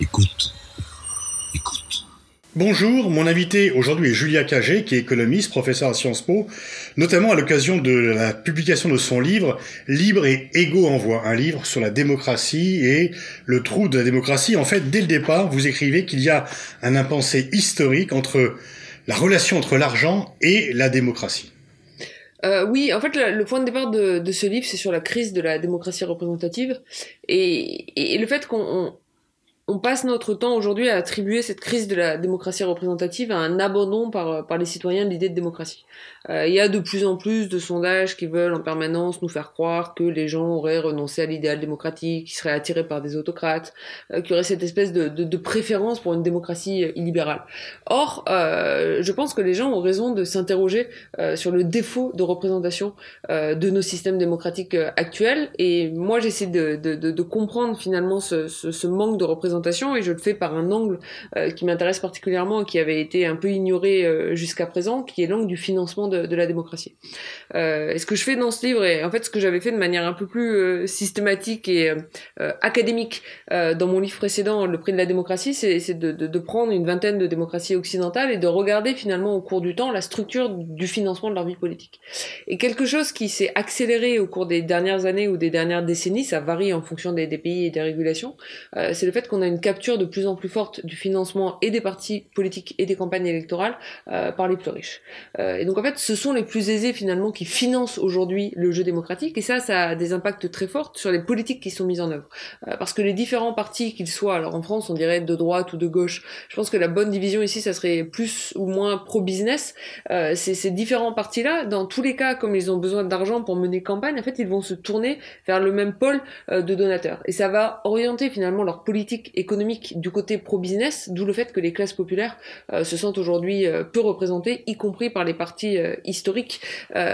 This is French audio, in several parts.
Écoute. Écoute. Bonjour, mon invité aujourd'hui est Julia Cagé, qui est économiste, professeure à Sciences Po, notamment à l'occasion de la publication de son livre « Libre et égaux en voix », un livre sur la démocratie et le trou de la démocratie. En fait, dès le départ, vous écrivez qu'il y a un impensé historique entre la relation entre l'argent et la démocratie. Oui, en fait, le point de départ de ce livre, c'est sur la crise de la démocratie représentative et le fait qu'on passe notre temps aujourd'hui à attribuer cette crise de la démocratie représentative à un abandon par les citoyens de l'idée de démocratie. Il y a de plus en plus de sondages qui veulent en permanence nous faire croire que les gens auraient renoncé à l'idéal démocratique, qu'ils seraient attirés par des autocrates, qu'il y aurait cette espèce de préférence pour une démocratie illibérale. Or, je pense que les gens ont raison de s'interroger sur le défaut de représentation de nos systèmes démocratiques actuels, et moi j'essaie de comprendre finalement ce manque de représentation, et je le fais par un angle qui m'intéresse particulièrement et qui avait été un peu ignoré jusqu'à présent, qui est l'angle du financement de la démocratie. Et ce que je fais dans ce livre, et en fait ce que j'avais fait de manière un peu plus systématique et académique dans mon livre précédent, Le prix de la démocratie, c'est de prendre une vingtaine de démocraties occidentales et de regarder finalement au cours du temps la structure du financement de leur vie politique. Et quelque chose qui s'est accéléré au cours des dernières années ou des dernières décennies, ça varie en fonction des pays et des régulations, c'est le fait qu'on a une capture de plus en plus forte du financement et des partis politiques et des campagnes électorales par les plus riches. Et donc en fait, ce sont les plus aisés finalement qui financent aujourd'hui le jeu démocratique, et ça a des impacts très forts sur les politiques qui sont mises en œuvre. Parce que les différents partis, qu'ils soient, alors en France on dirait de droite ou de gauche, je pense que la bonne division ici ça serait plus ou moins pro-business, ces différents partis-là, dans tous les cas, comme ils ont besoin d'argent pour mener campagne, en fait ils vont se tourner vers le même pôle de donateurs. Et ça va orienter finalement leur politique économique du côté pro-business, d'où le fait que les classes populaires se sentent aujourd'hui peu représentées, y compris par les partis historiques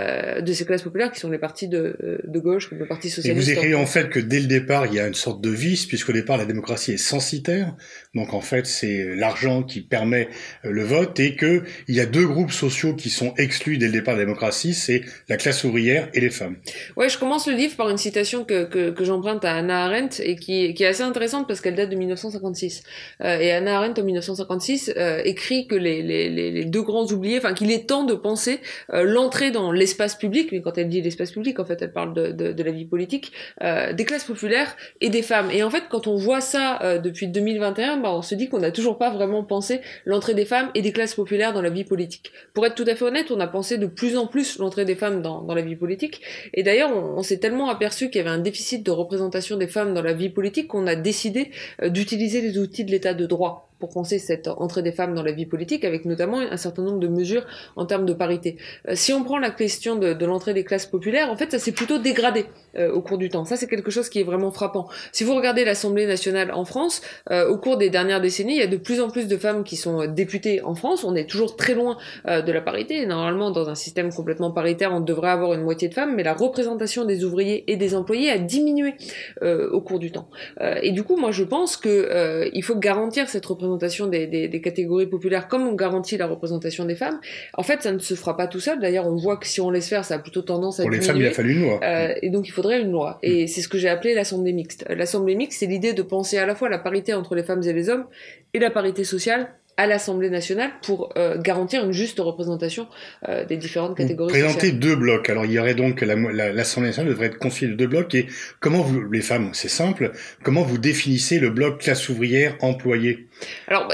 de ces classes populaires qui sont les partis de gauche, comme le Parti socialiste. Et vous écrivez en fait que dès le départ, il y a une sorte de vice, puisqu'au départ, la démocratie est censitaire. Donc en fait, c'est l'argent qui permet le vote, et qu'il y a deux groupes sociaux qui sont exclus dès le départ de la démocratie, c'est la classe ouvrière et les femmes. Ouais, je commence le livre par une citation que j'emprunte à Hannah Arendt, et qui est assez intéressante parce qu'elle date de 1956. Et Hannah Arendt, en 1956, écrit que les deux grands oubliés, enfin qu'il est temps de penser l'entrée dans l'espace public, mais quand elle dit l'espace public, en fait, elle parle de la vie politique, des classes populaires et des femmes. Et en fait, quand on voit ça depuis 2021, on se dit qu'on n'a toujours pas vraiment pensé l'entrée des femmes et des classes populaires dans la vie politique. Pour être tout à fait honnête, on a pensé de plus en plus l'entrée des femmes dans la vie politique. Et d'ailleurs, on s'est tellement aperçu qu'il y avait un déficit de représentation des femmes dans la vie politique qu'on a décidé d'utiliser les outils de l'état de droit pour penser cette entrée des femmes dans la vie politique, avec notamment un certain nombre de mesures en termes de parité. Si on prend la question de l'entrée des classes populaires, en fait, ça s'est plutôt dégradé au cours du temps. Ça, c'est quelque chose qui est vraiment frappant. Si vous regardez l'Assemblée nationale en France, au cours des dernières décennies, il y a de plus en plus de femmes qui sont députées en France. On est toujours très loin de la parité. Normalement, dans un système complètement paritaire, on devrait avoir une moitié de femmes, mais la représentation des ouvriers et des employés a diminué au cours du temps. Et du coup, moi, je pense que il faut garantir cette représentation des catégories populaires comme on garantit la représentation des femmes. En fait, ça ne se fera pas tout seul. D'ailleurs, on voit que si on laisse faire, ça a plutôt tendance à diminuer. Pour les femmes, il a fallu une loi. Et donc, il faudrait une loi. Et c'est ce que j'ai appelé l'Assemblée mixte. L'Assemblée mixte, c'est l'idée de penser à la fois la parité entre les femmes et les hommes et la parité sociale à l'Assemblée nationale pour garantir une juste représentation des différentes catégories sociales. Présenter deux blocs. Alors il y aurait donc l'Assemblée nationale devrait être constituée de deux blocs. Et comment vous, les femmes, c'est simple, comment vous définissez le bloc classe ouvrière employée? Alors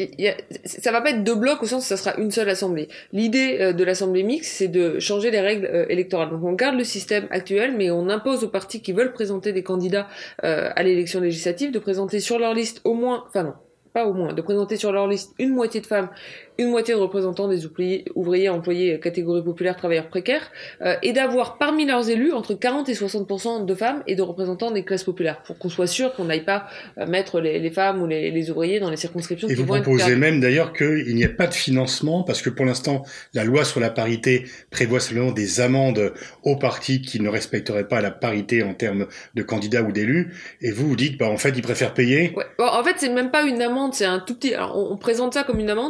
ça va pas être deux blocs au sens où ça sera une seule assemblée. L'idée de l'Assemblée mixte, c'est de changer les règles électorales. Donc on garde le système actuel, mais on impose aux partis qui veulent présenter des candidats à l'élection législative de présenter sur leur liste au moins, enfin non, pas au moins, de présenter sur leur liste une moitié de femmes, une moitié de représentants des ouvriers, employés, catégories populaires, travailleurs précaires, et d'avoir parmi leurs élus entre 40 et 60% de femmes et de représentants des classes populaires, pour qu'on soit sûr qu'on n'aille pas mettre les femmes ou les ouvriers dans les circonscriptions qui vont être... Et vous proposez même d'ailleurs qu'il n'y ait pas de financement, parce que pour l'instant, la loi sur la parité prévoit simplement des amendes aux partis qui ne respecteraient pas la parité en termes de candidats ou d'élus, et vous dites, en fait, ils préfèrent payer. Ouais. Bon, en fait, c'est même pas une amende, c'est un tout petit... Alors, on présente ça comme une amende, mais en fait,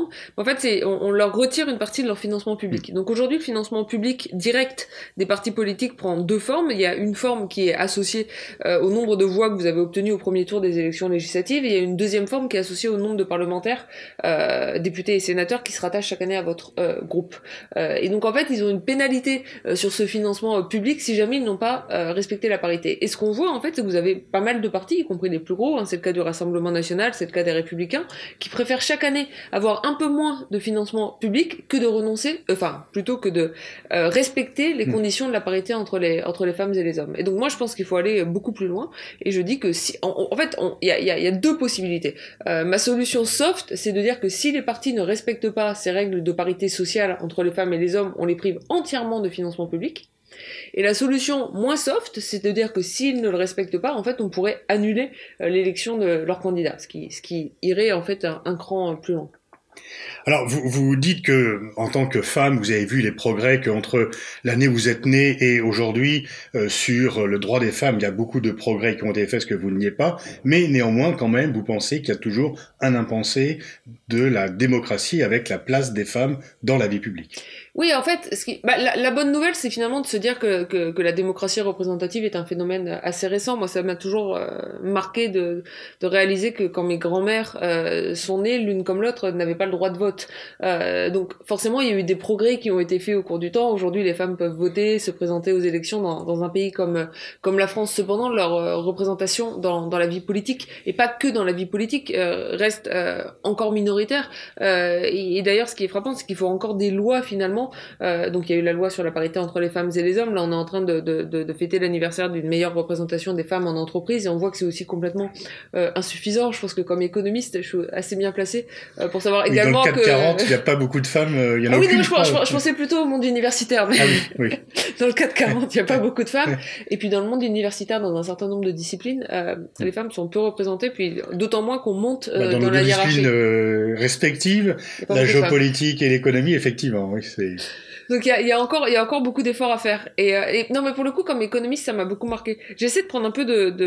fait, on leur retire une partie de leur financement public. Donc aujourd'hui, le financement public direct des partis politiques prend deux formes. Il y a une forme qui est associée au nombre de voix que vous avez obtenues au premier tour des élections législatives, et il y a une deuxième forme qui est associée au nombre de parlementaires, députés et sénateurs qui se rattachent chaque année à votre groupe. Et donc en fait, ils ont une pénalité sur ce financement public si jamais ils n'ont pas respecté la parité. Et ce qu'on voit en fait, c'est que vous avez pas mal de partis, y compris les plus gros, hein, c'est le cas du Rassemblement national, c'est le cas des Républicains, qui préfèrent chaque année avoir un peu moins de financement public que de renoncer, plutôt que de respecter les conditions de la parité entre les femmes et les hommes. Et donc moi je pense qu'il faut aller beaucoup plus loin, et je dis que si, en fait, il y a deux possibilités. Ma solution soft, c'est de dire que si les partis ne respectent pas ces règles de parité sociale entre les femmes et les hommes, on les prive entièrement de financement public. Et la solution moins soft, c'est de dire que s'ils ne le respectent pas, en fait, on pourrait annuler l'élection de leur candidat, ce qui irait en fait un cran plus loin. Alors, vous dites que, en tant que femme, vous avez vu les progrès qu'entre l'année où vous êtes née et aujourd'hui, sur le droit des femmes, il y a beaucoup de progrès qui ont été faits, ce que vous ne niez pas, mais néanmoins, quand même, vous pensez qu'il y a toujours un impensé de la démocratie avec la place des femmes dans la vie publique. Oui, en fait, la bonne nouvelle, c'est finalement de se dire que la démocratie représentative est un phénomène assez récent. Moi, ça m'a toujours marqué de réaliser que quand mes grands-mères sont nées, l'une comme l'autre n'avaient pas le droit de vote. Donc, forcément, il y a eu des progrès qui ont été faits au cours du temps. Aujourd'hui, les femmes peuvent voter, se présenter aux élections dans un pays comme la France. Cependant, leur représentation dans la vie politique, et pas que dans la vie politique, reste encore minoritaire. Et d'ailleurs, ce qui est frappant, c'est qu'il faut encore des lois finalement. Donc il y a eu la loi sur la parité entre les femmes et les hommes. Là, on est en train de fêter l'anniversaire d'une meilleure représentation des femmes en entreprise, et on voit que c'est aussi complètement insuffisant. Je pense que comme économiste, je suis assez bien placée pour savoir également que... Dans le 440, il n'y a pas beaucoup de femmes, il y en a aucune. Oui, je pensais plutôt au monde universitaire. Mais oui. Dans le 440, il n'y a pas beaucoup de femmes. Et puis dans le monde universitaire, dans un certain nombre de disciplines, les femmes sont peu représentées, puis d'autant moins qu'on monte dans la hiérarchie. Dans les disciplines respectives, la géopolitique et l'économie, effectivement, oui, c'est... Donc il y a encore beaucoup d'efforts à faire. Et non, mais pour le coup, comme économiste, ça m'a beaucoup marqué. J'essaie de prendre un peu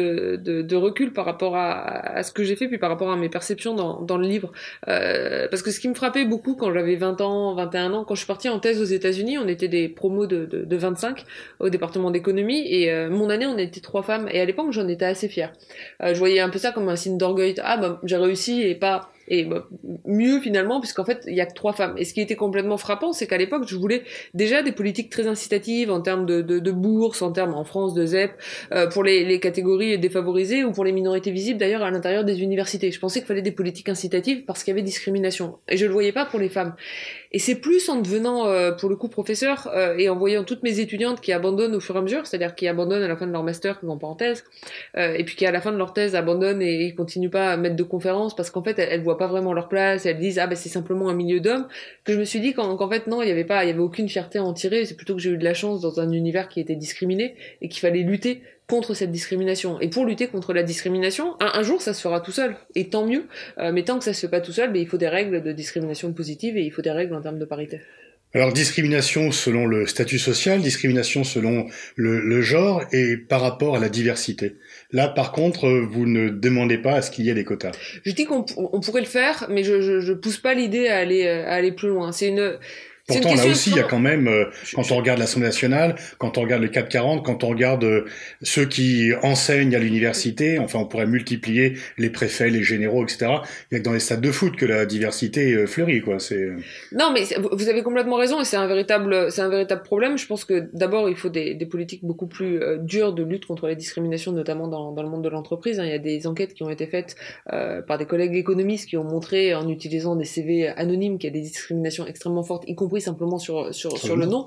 de recul par rapport à ce que j'ai fait, puis par rapport à mes perceptions dans le livre. Parce que ce qui me frappait beaucoup quand j'avais 20 ans, 21 ans, quand je suis partie en thèse aux États-Unis, on était des promos de 25 au département d'économie, et mon année, on était 3 femmes. Et à l'époque, j'en étais assez fière. Je voyais un peu ça comme un signe d'orgueil. J'ai réussi, et mieux finalement, puisqu'en fait il y a que 3 femmes. Et ce qui était complètement frappant, c'est qu'à l'époque je voulais déjà des politiques très incitatives en termes de bourses, en termes en France de ZEP, pour les catégories défavorisées, ou pour les minorités visibles d'ailleurs à l'intérieur des universités. Je pensais qu'il fallait des politiques incitatives parce qu'il y avait discrimination, et je le voyais pas pour les femmes. Et c'est plus en devenant pour le coup professeur et en voyant toutes mes étudiantes qui abandonnent au fur et à mesure, c'est-à-dire qui abandonnent à la fin de leur master, qui vont pas en thèse, et puis qui à la fin de leur thèse abandonnent et continuent pas à mettre de conférences parce qu'en fait elles voient pas vraiment leur place, et elles disent c'est simplement un milieu d'hommes, que je me suis dit qu'en fait non, il y avait aucune fierté à en tirer. C'est plutôt que j'ai eu de la chance dans un univers qui était discriminé et qu'il fallait lutter contre cette discrimination. Et pour lutter contre la discrimination, un jour ça se fera tout seul, et tant mieux, mais tant que ça se fait pas tout seul, il faut des règles de discrimination positive, et il faut des règles en termes de parité. Alors, discrimination selon le statut social, discrimination selon le genre, et par rapport à la diversité. Là, par contre, vous ne demandez pas à ce qu'il y ait des quotas. Je dis qu'on pourrait le faire, mais je pousse pas l'idée à aller plus loin. Pourtant, là aussi, il y a quand même, quand on regarde l'Assemblée nationale, quand on regarde le 440, quand on regarde ceux qui enseignent à l'université, enfin, on pourrait multiplier les préfets, les généraux, etc. Il y a que dans les stades de foot que la diversité fleurit, quoi. Non, mais vous avez complètement raison, et c'est un véritable problème. Je pense que d'abord, il faut des politiques beaucoup plus dures de lutte contre les discriminations, notamment dans le monde de l'entreprise. Il y a des enquêtes qui ont été faites par des collègues économistes qui ont montré, en utilisant des CV anonymes, qu'il y a des discriminations extrêmement fortes, y compris simplement sur le nom.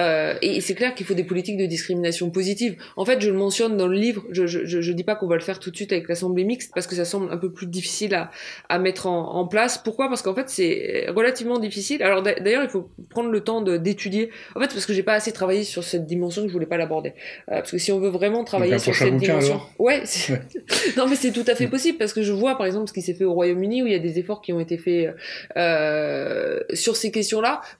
Et c'est clair qu'il faut des politiques de discrimination positive. En fait, je le mentionne dans le livre, je dis pas qu'on va le faire tout de suite avec l'Assemblée mixte, parce que ça semble un peu plus difficile à mettre en place. Pourquoi ? Parce qu'en fait, c'est relativement difficile. Alors d'ailleurs, il faut prendre le temps d'étudier. En fait, parce que j'ai pas assez travaillé sur cette dimension, que je voulais pas l'aborder. Parce que si on veut vraiment travailler sur cette dimension... Ouais. Non, mais c'est tout à fait possible, parce que je vois, par exemple, ce qui s'est fait au Royaume-Uni, où il y a des efforts qui ont été faits sur ces questions-là. Donc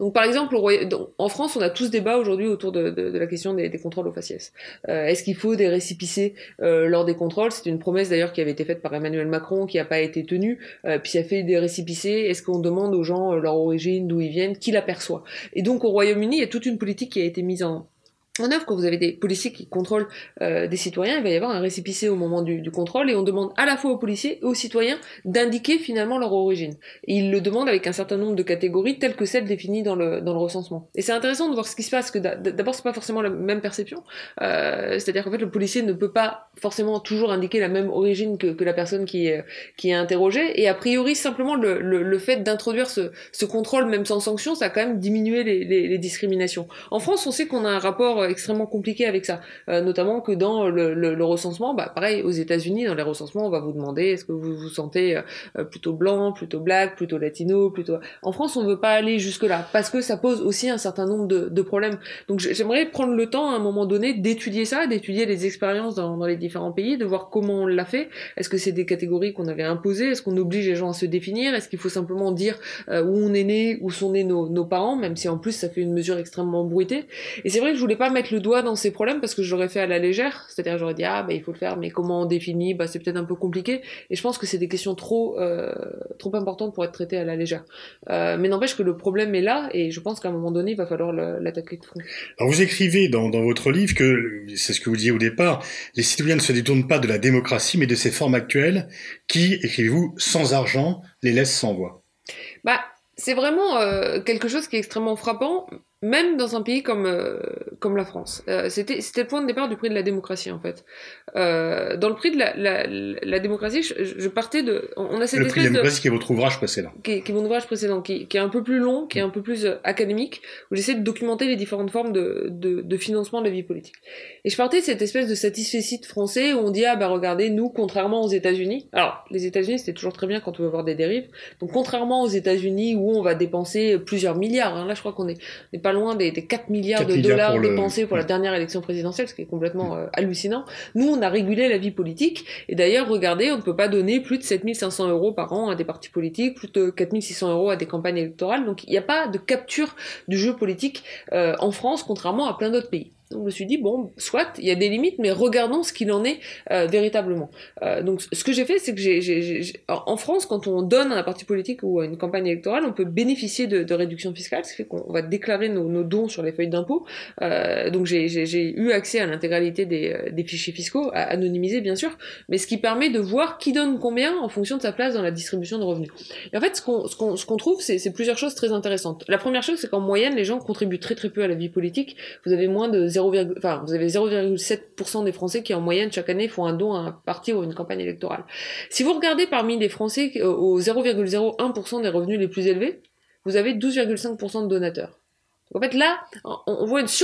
Donc par exemple, en France, on a tous débat aujourd'hui autour de la question des contrôles au faciès. Est-ce qu'il faut des récépissés lors des contrôles? C'est une promesse d'ailleurs qui avait été faite par Emmanuel Macron, qui n'a pas été tenue. Puis ça fait des récépissés. Est-ce qu'on demande aux gens leur origine, d'où ils viennent, qui l'aperçoit? Et donc au Royaume-Uni, il y a toute une politique qui a été mise en œuvre. Quand vous avez des policiers qui contrôlent des citoyens, il va y avoir un récépissé au moment du contrôle, et on demande à la fois aux policiers et aux citoyens d'indiquer finalement leur origine. Et ils le demandent avec un certain nombre de catégories telles que celles définies dans le recensement. Et c'est intéressant de voir ce qui se passe, que d'abord c'est pas forcément la même perception, c'est-à-dire qu'en fait le policier ne peut pas forcément toujours indiquer la même origine que la personne qui est interrogée, et a priori simplement le fait d'introduire ce contrôle même sans sanction, ça a quand même diminué les discriminations. En France, on sait qu'on a un rapport extrêmement compliqué avec ça, notamment que dans le recensement, pareil, aux États-Unis, dans les recensements, on va vous demander est-ce que vous vous sentez plutôt blanc, plutôt black, plutôt latino, plutôt... En France, on ne veut pas aller jusque-là, parce que ça pose aussi un certain nombre de problèmes. Donc j'aimerais prendre le temps, à un moment donné, d'étudier ça, d'étudier les expériences dans les différents pays, de voir comment on l'a fait. Est-ce que c'est des catégories qu'on avait imposées? Est-ce qu'on oblige les gens à se définir? Est-ce qu'il faut simplement dire où on est né, où sont nés nos parents, même si en plus ça fait une mesure extrêmement bruitée. Et c'est vrai que je voulais pas mettre le doigt dans ces problèmes parce que je l'aurais fait à la légère, c'est-à-dire j'aurais dit il faut le faire, mais comment on définit, c'est peut-être un peu compliqué, et je pense que c'est des questions trop importantes pour être traitées à la légère. Mais n'empêche que le problème est là, et je pense qu'à un moment donné il va falloir l'attaquer de front. Alors vous écrivez dans votre livre que, c'est ce que vous disiez au départ, les citoyens ne se détournent pas de la démocratie mais de ses formes actuelles qui, écrivez-vous, sans argent, les laissent sans voix. C'est vraiment quelque chose qui est extrêmement frappant, même dans un pays comme la France. C'était le point de départ du prix de la démocratie, en fait. Dans le prix de la démocratie, je partais de... On a cette le prix de la démocratie qui est votre ouvrage précédent. Qui est mon ouvrage précédent, qui est un peu plus long, qui est un peu plus académique, où j'essaie de documenter les différentes formes de financement de la vie politique. Et je partais de cette espèce de satisfecit français où on dit regardez, nous, contrairement aux États-Unis... Alors, les États-Unis, c'était toujours très bien quand on veut voir des dérives. Donc, contrairement aux États-Unis où on va dépenser plusieurs milliards, là je crois qu'on n'est pas loin des 4 milliards de dollars dépensés pour la dernière élection présidentielle, ce qui est complètement hallucinant. Nous, on a régulé la vie politique, et d'ailleurs, regardez, on ne peut pas donner plus de 7500 € par an à des partis politiques, plus de 4600 € à des campagnes électorales, donc il n'y a pas de capture du jeu politique en France, contrairement à plein d'autres pays. Donc je me suis dit, soit, il y a des limites, mais regardons ce qu'il en est véritablement. Donc ce que j'ai fait, c'est que en France, quand on donne à un parti politique ou à une campagne électorale, on peut bénéficier de réductions fiscales, ce qui fait qu'on va déclarer nos dons sur les feuilles d'impôt. Donc j'ai eu accès à l'intégralité des fichiers fiscaux, anonymisés bien sûr, mais ce qui permet de voir qui donne combien en fonction de sa place dans la distribution de revenus. Et en fait, ce qu'on trouve, c'est plusieurs choses très intéressantes. La première chose, c'est qu'en moyenne, les gens contribuent très très peu à la vie politique. Vous avez moins de vous avez 0,7% des Français qui en moyenne chaque année font un don à un parti ou à une campagne électorale. Si vous regardez parmi les Français aux 0,01% des revenus les plus élevés, vous avez 12,5% de donateurs. En fait là, on voit une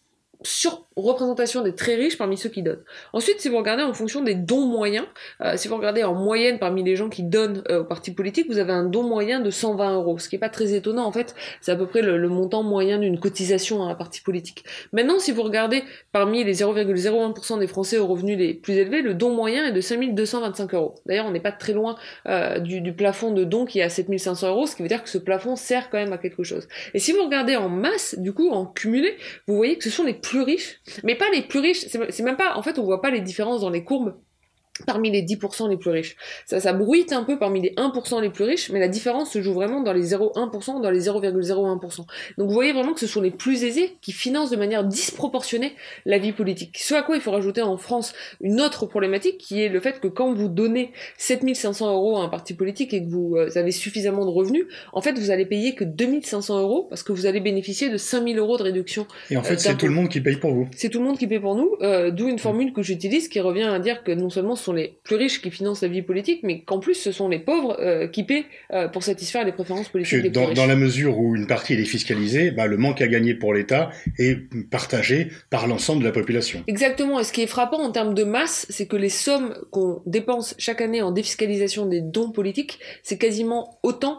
surreprésentation des très riches parmi ceux qui donnent. Ensuite, si vous regardez en fonction des dons moyens, si vous regardez en moyenne parmi les gens qui donnent aux partis politiques, vous avez un don moyen de 120 €, ce qui est pas très étonnant en fait, c'est à peu près le montant moyen d'une cotisation à un parti politique. Maintenant, si vous regardez parmi les 0,01% des Français aux revenus les plus élevés, le don moyen est de 5225 €. D'ailleurs, on n'est pas très loin du plafond de don qui est à 7500 €, ce qui veut dire que ce plafond sert quand même à quelque chose. Et si vous regardez en masse, du coup, en cumulé, vous voyez que ce sont les plus riches, mais pas les plus riches, c'est même pas, en fait on voit pas les différences dans les courbes parmi les 10% les plus riches. Ça bruite un peu parmi les 1% les plus riches, mais la différence se joue vraiment dans les 0,1%, dans les 0,01%. Donc vous voyez vraiment que ce sont les plus aisés qui financent de manière disproportionnée la vie politique. Ce à quoi il faut rajouter en France une autre problématique, qui est le fait que quand vous donnez 7500 € à un parti politique et que vous avez suffisamment de revenus, en fait vous allez payer que 2500 € parce que vous allez bénéficier de 5000 € de réduction. Et en fait c'est tout le monde qui paye pour vous. C'est tout le monde qui paye pour nous, d'où une formule que j'utilise qui revient à dire que non seulement ce sont les plus riches qui financent la vie politique, mais qu'en plus ce sont les pauvres qui paient pour satisfaire les préférences politiques des plus riches. Dans la mesure où une partie est défiscalisée, le manque à gagner pour l'État est partagé par l'ensemble de la population. Exactement, et ce qui est frappant en termes de masse, c'est que les sommes qu'on dépense chaque année en défiscalisation des dons politiques, c'est quasiment autant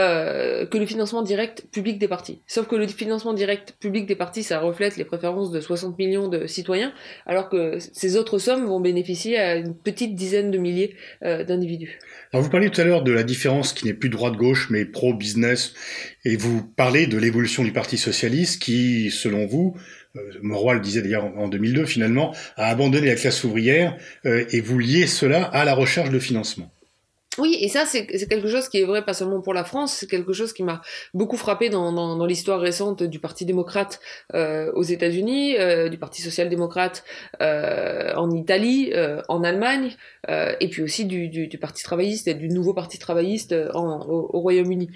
que le financement direct public des partis. Sauf que le financement direct public des partis, ça reflète les préférences de 60 millions de citoyens, alors que ces autres sommes vont bénéficier à une petite petites dizaines de milliers d'individus. Alors vous parliez tout à l'heure de la différence qui n'est plus droite-gauche mais pro-business, et vous parlez de l'évolution du Parti socialiste qui, selon vous, Mauroy le disait d'ailleurs en 2002 finalement, a abandonné la classe ouvrière, et vous liez cela à la recherche de financement. Oui, et ça, c'est quelque chose qui est vrai pas seulement pour la France, c'est quelque chose qui m'a beaucoup frappé dans l'histoire récente du Parti démocrate aux États-Unis, du Parti social-démocrate en Italie, en Allemagne, et puis aussi du Parti travailliste et du nouveau Parti travailliste au Royaume-Uni.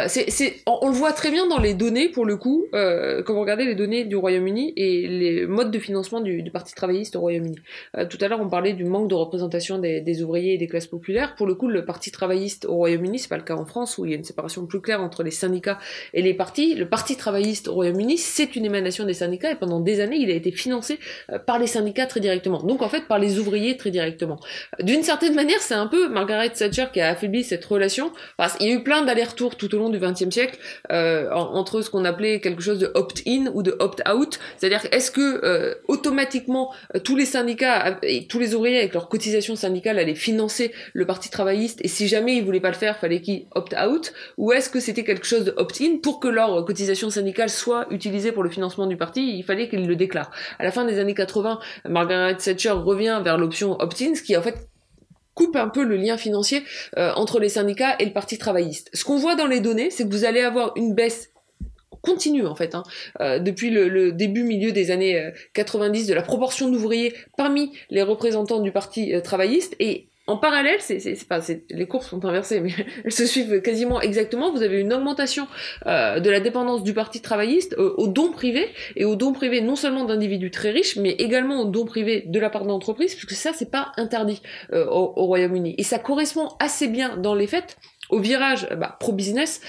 On le voit très bien dans les données, pour le coup, quand vous regardez les données du Royaume-Uni et les modes de financement du Parti travailliste au Royaume-Uni. Tout à l'heure, on parlait du manque de représentation des ouvriers et des classes populaires. Pour le coup, le Parti travailliste au Royaume-Uni, c'est pas le cas en France où il y a une séparation plus claire entre les syndicats et les partis. Le Parti travailliste au Royaume-Uni, c'est une émanation des syndicats et pendant des années, il a été financé par les syndicats très directement. Donc en fait, par les ouvriers très directement. D'une certaine manière, c'est un peu Margaret Thatcher qui a affaibli cette relation. Enfin, il y a eu plein d'allers-retours tout au long du XXe siècle entre ce qu'on appelait quelque chose de opt-in ou de opt-out. C'est-à-dire, est-ce que automatiquement tous les syndicats et tous les ouvriers avec leurs cotisations syndicales allaient financer le Parti travailliste, et si jamais ils voulaient pas le faire, fallait qu'ils opt-out, ou est-ce que c'était quelque chose de opt-in pour que leur cotisation syndicale soit utilisée pour le financement du parti, il fallait qu'ils le déclarent. À la fin des années 80, Margaret Thatcher revient vers l'option opt-in, ce qui en fait coupe un peu le lien financier entre les syndicats et le Parti travailliste. Ce qu'on voit dans les données, c'est que vous allez avoir une baisse continue en fait, depuis le milieu des années 90 de la proportion d'ouvriers parmi les représentants du Parti travailliste, et en parallèle, les courbes sont inversées, mais elles se suivent quasiment exactement. Vous avez une augmentation de la dépendance du Parti travailliste aux dons privés, et aux dons privés non seulement d'individus très riches, mais également aux dons privés de la part d'entreprises, puisque ça, c'est pas interdit au Royaume-Uni. Et ça correspond assez bien dans les faits au virage pro-business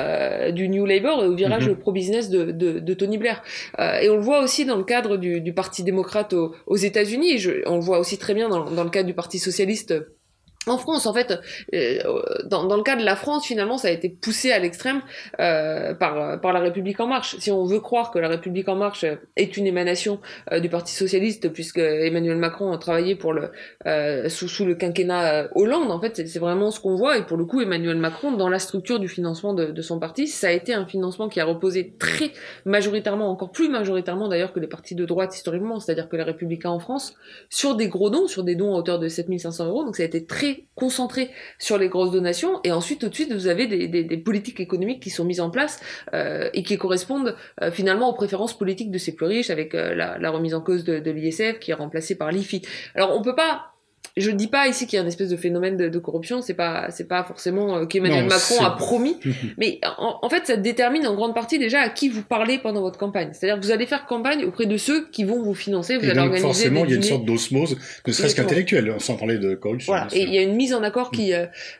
du New Labour et au virage pro-business de Tony Blair. Et on le voit aussi dans le cadre du Parti démocrate aux États-Unis, et on le voit aussi très bien dans le cadre du Parti socialiste en France. En fait, dans le cas de la France, finalement, ça a été poussé à l'extrême par la République en marche. Si on veut croire que la République en marche est une émanation du Parti socialiste, puisque Emmanuel Macron a travaillé pour sous le quinquennat Hollande, en fait, c'est vraiment ce qu'on voit. Et pour le coup, Emmanuel Macron, dans la structure du financement de son parti, ça a été un financement qui a reposé très majoritairement, encore plus majoritairement d'ailleurs que les partis de droite historiquement, c'est-à-dire que les Républicains en France, sur des gros dons, sur des dons à hauteur de 7 500 €. Donc ça a été très concentré sur les grosses donations, et ensuite tout de suite vous avez des politiques économiques qui sont mises en place et qui correspondent finalement aux préférences politiques de ces plus riches, avec la remise en cause de l'ISF qui est remplacée par l'IFI. Alors on peut pas, je dis pas ici qu'il y a une espèce de phénomène de corruption, c'est pas forcément qu'Emmanuel Macron a promis, mais en fait ça détermine en grande partie déjà à qui vous parlez pendant votre campagne. C'est-à-dire que vous allez faire campagne auprès de ceux qui vont vous financer, vous allez organiser forcément il y a une dîners. sorte d'osmose, ne serait-ce qu'intellectuelle, sans parler de corruption. Voilà, et il y a une mise en accord qui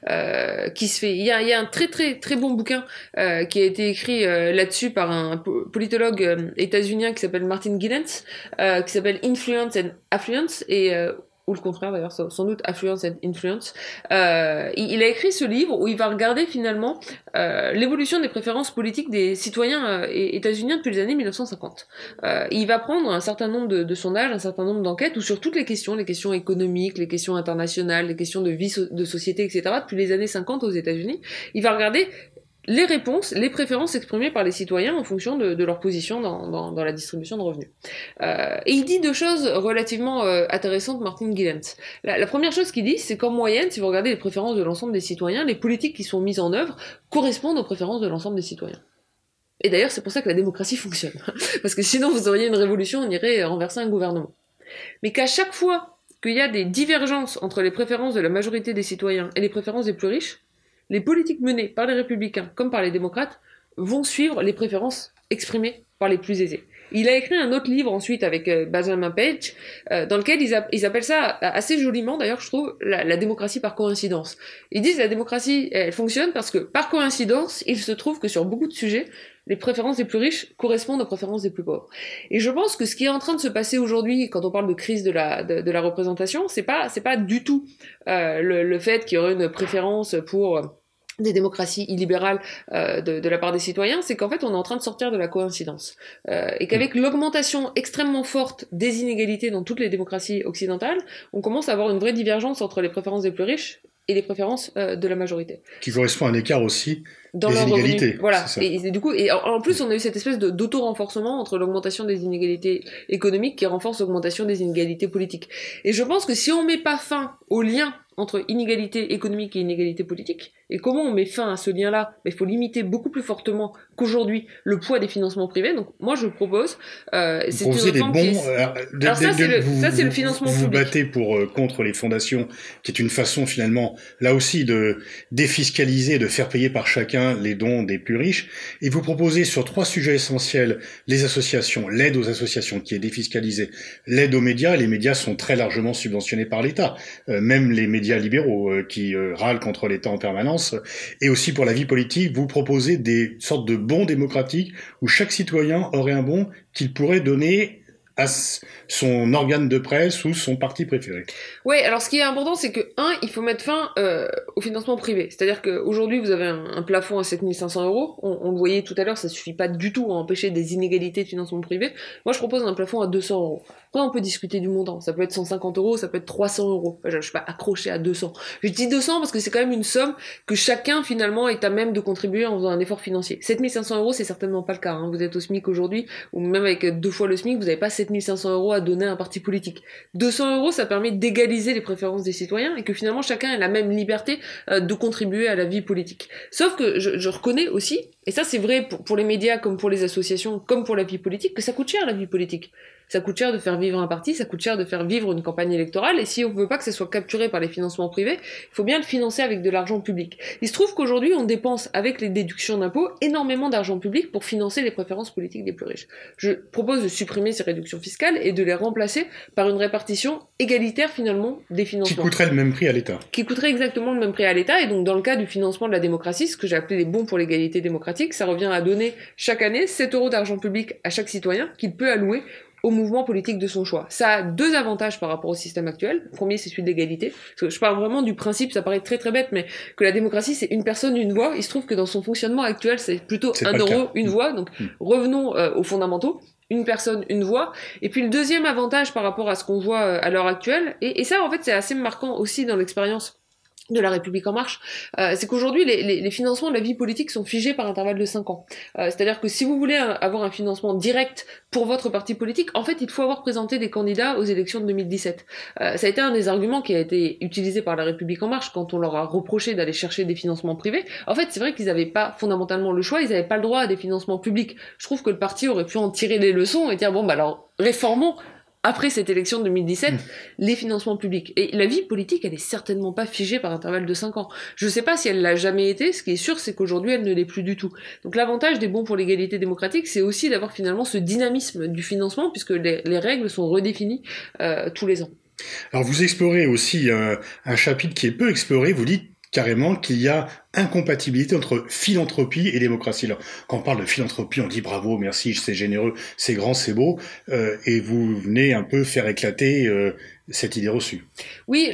se fait. Il y a un très très très bon bouquin qui a été écrit là-dessus par un politologue états-unien qui s'appelle Martin Gilens, qui s'appelle Influence and Affluence, et ou le contraire d'ailleurs, sans doute Affluence and Influence. Il a écrit ce livre où il va regarder finalement l'évolution des préférences politiques des citoyens états-uniens depuis les années 1950. Il va prendre un certain nombre de sondages, un certain nombre d'enquêtes, où sur toutes les questions économiques, les questions internationales, les questions de vie de société, etc., depuis les années 50 aux États-Unis, il va regarder les réponses, les préférences exprimées par les citoyens en fonction de leur position dans la distribution de revenus. Et il dit deux choses relativement intéressantes, Martin Gilens. La première chose qu'il dit, c'est qu'en moyenne, si vous regardez les préférences de l'ensemble des citoyens, les politiques qui sont mises en œuvre correspondent aux préférences de l'ensemble des citoyens. Et d'ailleurs, c'est pour ça que la démocratie fonctionne. Parce que sinon, vous auriez une révolution, on irait renverser un gouvernement. Mais qu'à chaque fois qu'il y a des divergences entre les préférences de la majorité des citoyens et les préférences des plus riches, les politiques menées par les républicains comme par les démocrates vont suivre les préférences exprimées par les plus aisés. Il a écrit un autre livre ensuite avec Benjamin Page, dans lequel ils appellent ça assez joliment, d'ailleurs je trouve, la démocratie par coïncidence. Ils disent la démocratie, elle fonctionne parce que par coïncidence, il se trouve que sur beaucoup de sujets, les préférences des plus riches correspondent aux préférences des plus pauvres. Et je pense que ce qui est en train de se passer aujourd'hui, quand on parle de crise de la représentation, c'est pas du tout le fait qu'il y aurait une préférence pour des démocraties illibérales de la part des citoyens, c'est qu'en fait on est en train de sortir de la coïncidence et qu'avec l'augmentation extrêmement forte des inégalités dans toutes les démocraties occidentales, on commence à avoir une vraie divergence entre les préférences des plus riches et les préférences de la majorité. Qui correspond à un écart aussi dans des leur inégalités. Revenu. Voilà. Et du coup, en plus, on a eu cette espèce d'auto-renforcement entre l'augmentation des inégalités économiques qui renforce l'augmentation des inégalités politiques. Et je pense que si on met pas fin au lien entre inégalité économique et inégalité politique, et comment on met fin à ce lien-là, il faut limiter beaucoup plus fortement qu'aujourd'hui le poids des financements privés. Donc moi je propose, c'est une réforme qui est... Alors ça c'est le financement public. Vous battez contre les fondations, qui est une façon finalement là aussi de défiscaliser, de faire payer par chacun les dons des plus riches, et vous proposez sur 3 sujets essentiels les associations, l'aide aux associations qui est défiscalisée, l'aide aux médias. Les médias sont très largement subventionnés par l'État, même les médias libéraux qui râlent contre l'État en permanence, et aussi pour la vie politique, vous proposez des sortes de bons démocratiques où chaque citoyen aurait un bon qu'il pourrait donner à son organe de presse ou son parti préféré. Oui, alors ce qui est important, c'est que, il faut mettre fin au financement privé. C'est-à-dire qu'aujourd'hui, vous avez un plafond à 7 500 €. On le voyait tout à l'heure, ça suffit pas du tout à empêcher des inégalités de financement privé. Moi, je propose un plafond à 200 €. Après, on peut discuter du montant. Ça peut être 150 €, ça peut être 300 €. Je suis pas accroché à 200. Je dis 200 parce que c'est quand même une somme que chacun, finalement, est à même de contribuer en faisant un effort financier. 7 500 €, c'est certainement pas le cas. Vous êtes au SMIC aujourd'hui, ou même avec 2 fois le SMIC, vous n'avez pas 7 500 € à donner à un parti politique. 200 €, ça permet d'égaliser les préférences des citoyens et que finalement chacun ait la même liberté de contribuer à la vie politique. Sauf que je reconnais aussi, et ça c'est vrai pour les médias comme pour les associations, comme pour la vie politique, que ça coûte cher la vie politique. Ça coûte cher de faire vivre un parti, ça coûte cher de faire vivre une campagne électorale, et si on veut pas que ça soit capturé par les financements privés, il faut bien le financer avec de l'argent public. Il se trouve qu'aujourd'hui, on dépense, avec les déductions d'impôts, énormément d'argent public pour financer les préférences politiques des plus riches. Je propose de supprimer ces réductions fiscales et de les remplacer par une répartition égalitaire, finalement, des financements. Qui coûterait le même prix à l'État. Qui coûterait exactement le même prix à l'État, et donc dans le cas du financement de la démocratie, ce que j'ai appelé les bons pour l'égalité démocratique, ça revient à donner chaque année 7 € d'argent public à chaque citoyen qu'il peut allouer au mouvement politique de son choix. Ça a 2 avantages par rapport au système actuel. Le premier, c'est celui de l'égalité. Je parle vraiment du principe, ça paraît très très bête, mais que la démocratie, c'est une personne, une voix. Il se trouve que dans son fonctionnement actuel, c'est plutôt 1 €, une voix. Donc revenons aux fondamentaux. Une personne, une voix. Et puis le deuxième avantage par rapport à ce qu'on voit à l'heure actuelle, et ça en fait c'est assez marquant aussi dans l'expérience de la République en marche, c'est qu'aujourd'hui les financements de la vie politique sont figés par intervalle de 5 ans. C'est-à-dire que si vous voulez avoir un financement direct pour votre parti politique, en fait il faut avoir présenté des candidats aux élections de 2017. Ça a été un des arguments qui a été utilisé par la République en marche quand on leur a reproché d'aller chercher des financements privés. En fait c'est vrai qu'ils n'avaient pas fondamentalement le choix, ils n'avaient pas le droit à des financements publics. Je trouve que le parti aurait pu en tirer les leçons et dire bon bah alors réformons après cette élection de 2017, les financements publics. Et la vie politique, elle est certainement pas figée par intervalle de 5 ans. Je sais pas si elle l'a jamais été, ce qui est sûr, c'est qu'aujourd'hui, elle ne l'est plus du tout. Donc l'avantage des bons pour l'égalité démocratique, c'est aussi d'avoir finalement ce dynamisme du financement, puisque les règles sont redéfinies tous les ans. Alors vous explorez aussi un chapitre qui est peu exploré, vous dites carrément qu'il y a incompatibilité entre philanthropie et démocratie. Alors, quand on parle de philanthropie, on dit bravo, merci, c'est généreux, c'est grand, c'est beau, et vous venez un peu faire éclater cette idée reçue. Oui,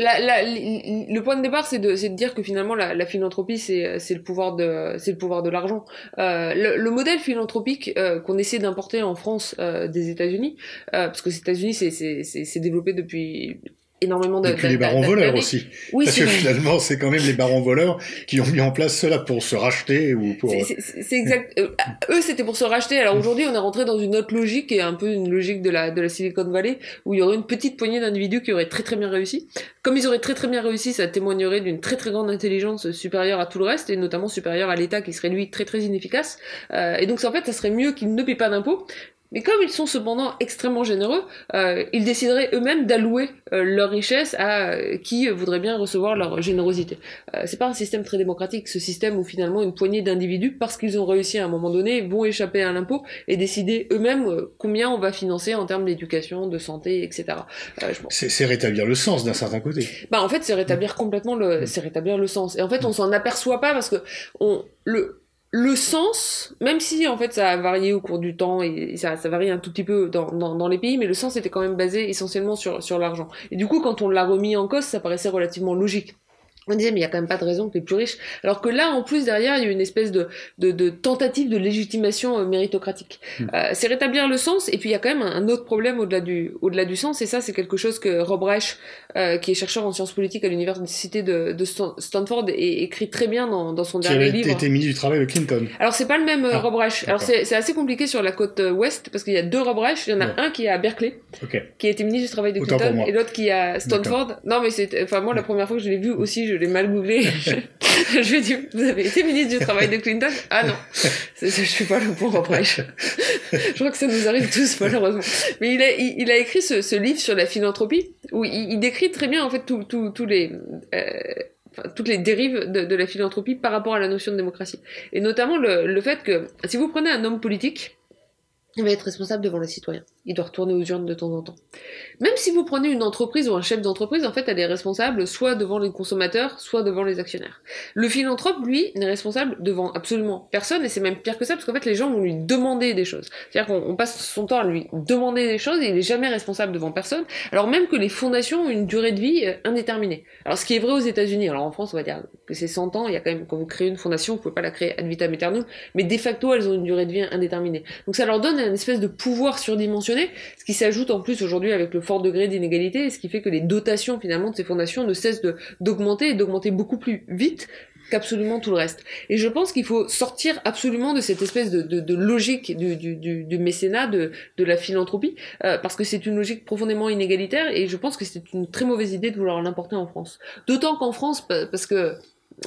le point de départ, c'est de dire que finalement la philanthropie, c'est le pouvoir de l'argent. Le modèle philanthropique qu'on essaie d'importer en France des États-Unis, parce que les États-Unis, c'est développé depuis énormément de... Et puis les barons voleurs aussi. Oui, parce que finalement, c'est quand même les barons voleurs qui ont mis en place cela pour se racheter ou pour... C'est exact. Eux, c'était pour se racheter. Alors aujourd'hui, on est rentré dans une autre logique, qui est un peu une logique de la Silicon Valley, où il y aurait une petite poignée d'individus qui auraient très très bien réussi. Comme ils auraient très très bien réussi, ça témoignerait d'une très très grande intelligence supérieure à tout le reste, et notamment supérieure à l'État, qui serait lui très très inefficace. Et donc en fait, ça serait mieux qu'ils ne paient pas d'impôts. Mais comme ils sont cependant extrêmement généreux, ils décideraient eux-mêmes d'allouer leur richesse à qui voudrait bien recevoir leur générosité. C'est pas un système très démocratique, ce système où finalement une poignée d'individus, parce qu'ils ont réussi à un moment donné, vont échapper à l'impôt et décider eux-mêmes combien on va financer en termes d'éducation, de santé, etc. C'est rétablir le sens d'un certain côté. En fait, c'est rétablir complètement c'est rétablir le sens. Et en fait, on s'en aperçoit pas parce que le sens, même si en fait ça a varié au cours du temps et ça varie un tout petit peu dans les pays, mais le sens était quand même basé essentiellement sur l'argent. Et du coup, quand on l'a remis en cause, ça paraissait relativement logique. On disait, mais il y a quand même pas de raison que les plus riches. Alors que là, en plus, derrière, il y a une espèce de tentative de légitimation méritocratique. C'est rétablir le sens, et puis il y a quand même un autre problème au-delà du sens, et ça, c'est quelque chose que Rob Reich, qui est chercheur en sciences politiques à l'université de Stanford, écrit très bien dans son dernier livre. Qui était ministre du Travail de Clinton. Alors, c'est pas le même Rob Reich. D'accord. Alors, c'est assez compliqué sur la côte ouest, parce qu'il y a deux Rob Reich. Il y en a un qui est à Berkeley, qui a été ministre du Travail de Clinton, et l'autre qui est à Stanford. Non, mais moi, la première fois que je l'ai vu aussi, je l'ai mal googlé. Je lui ai dit, vous avez été ministre du Travail de Clinton? Ah non, je suis pas le bon Rob Reich. Je crois que ça nous arrive tous, malheureusement. Mais il a écrit ce livre sur la philanthropie, où il décrit très bien, en fait, toutes les dérives de la philanthropie par rapport à la notion de démocratie. Et notamment le fait que, si vous prenez un homme politique, il va être responsable devant les citoyens. Il doit retourner aux urnes de temps en temps. Même si vous prenez une entreprise ou un chef d'entreprise, en fait, elle est responsable soit devant les consommateurs, soit devant les actionnaires. Le philanthrope, lui, n'est responsable devant absolument personne, et c'est même pire que ça, parce qu'en fait, les gens vont lui demander des choses. C'est-à-dire qu'on passe son temps à lui demander des choses, et il est jamais responsable devant personne, alors même que les fondations ont une durée de vie indéterminée. Alors, ce qui est vrai aux États-Unis, alors en France, on va dire que c'est 100 ans, il y a quand même, quand vous créez une fondation, vous pouvez pas la créer ad vitam aeternum, mais de facto, elles ont une durée de vie indéterminée. Donc ça leur donne une espèce de pouvoir surdimensionné, ce qui s'ajoute en plus aujourd'hui avec le fort degré d'inégalité, ce qui fait que les dotations finalement de ces fondations ne cessent d'augmenter et d'augmenter beaucoup plus vite qu'absolument tout le reste. Et je pense qu'il faut sortir absolument de cette espèce de logique du mécénat, de la philanthropie, parce que c'est une logique profondément inégalitaire, et je pense que c'est une très mauvaise idée de vouloir l'importer en France. D'autant qu'en France, parce que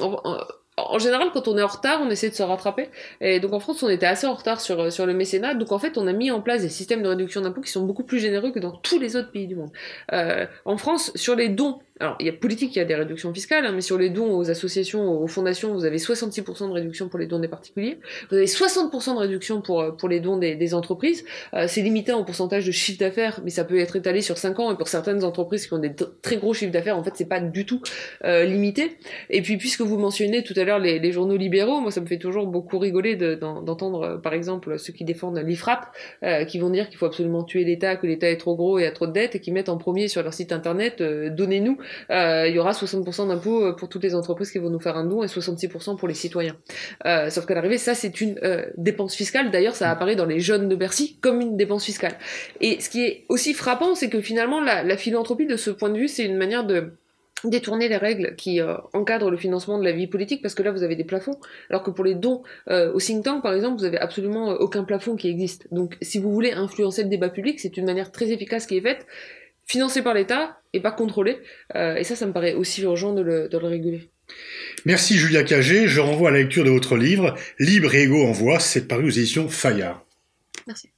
en général, quand on est en retard, on essaie de se rattraper. Et donc en France, on était assez en retard sur le mécénat. Donc en fait, on a mis en place des systèmes de réduction d'impôts qui sont beaucoup plus généreux que dans tous les autres pays du monde. En France, sur les dons, alors il y a politique, il y a des réductions fiscales, mais sur les dons aux associations, aux fondations, vous avez 66% de réduction pour les dons des particuliers. Vous avez 60% de réduction pour les dons des entreprises. C'est limité en pourcentage de chiffre d'affaires, mais ça peut être étalé sur 5 ans. Et pour certaines entreprises qui ont des très gros chiffres d'affaires, en fait, c'est pas du tout limité. Et puis, puisque vous mentionnez tout à l'heure les journaux libéraux, moi ça me fait toujours beaucoup rigoler d'entendre par exemple ceux qui défendent l'IFRAP, qui vont dire qu'il faut absolument tuer l'État, que l'État est trop gros et a trop de dettes, et qui mettent en premier sur leur site internet donnez-nous, il y aura 60% d'impôts pour toutes les entreprises qui vont nous faire un don et 66% pour les citoyens. Sauf qu'à l'arrivée, ça c'est une dépense fiscale. D'ailleurs, ça apparaît dans les jeunes de Bercy comme une dépense fiscale. Et ce qui est aussi frappant, c'est que finalement la philanthropie de ce point de vue, c'est une manière de détourner les règles qui encadrent le financement de la vie politique, parce que là vous avez des plafonds, alors que pour les dons au think tank par exemple, vous avez absolument aucun plafond qui existe. Donc si vous voulez influencer le débat public, c'est une manière très efficace qui est faite, financée par l'État et pas contrôlée, et ça me paraît aussi urgent de le réguler. Merci Julia Cagé, je renvoie à la lecture de votre livre Libre et égaux en voix, c'est paru aux éditions Fayard. Merci.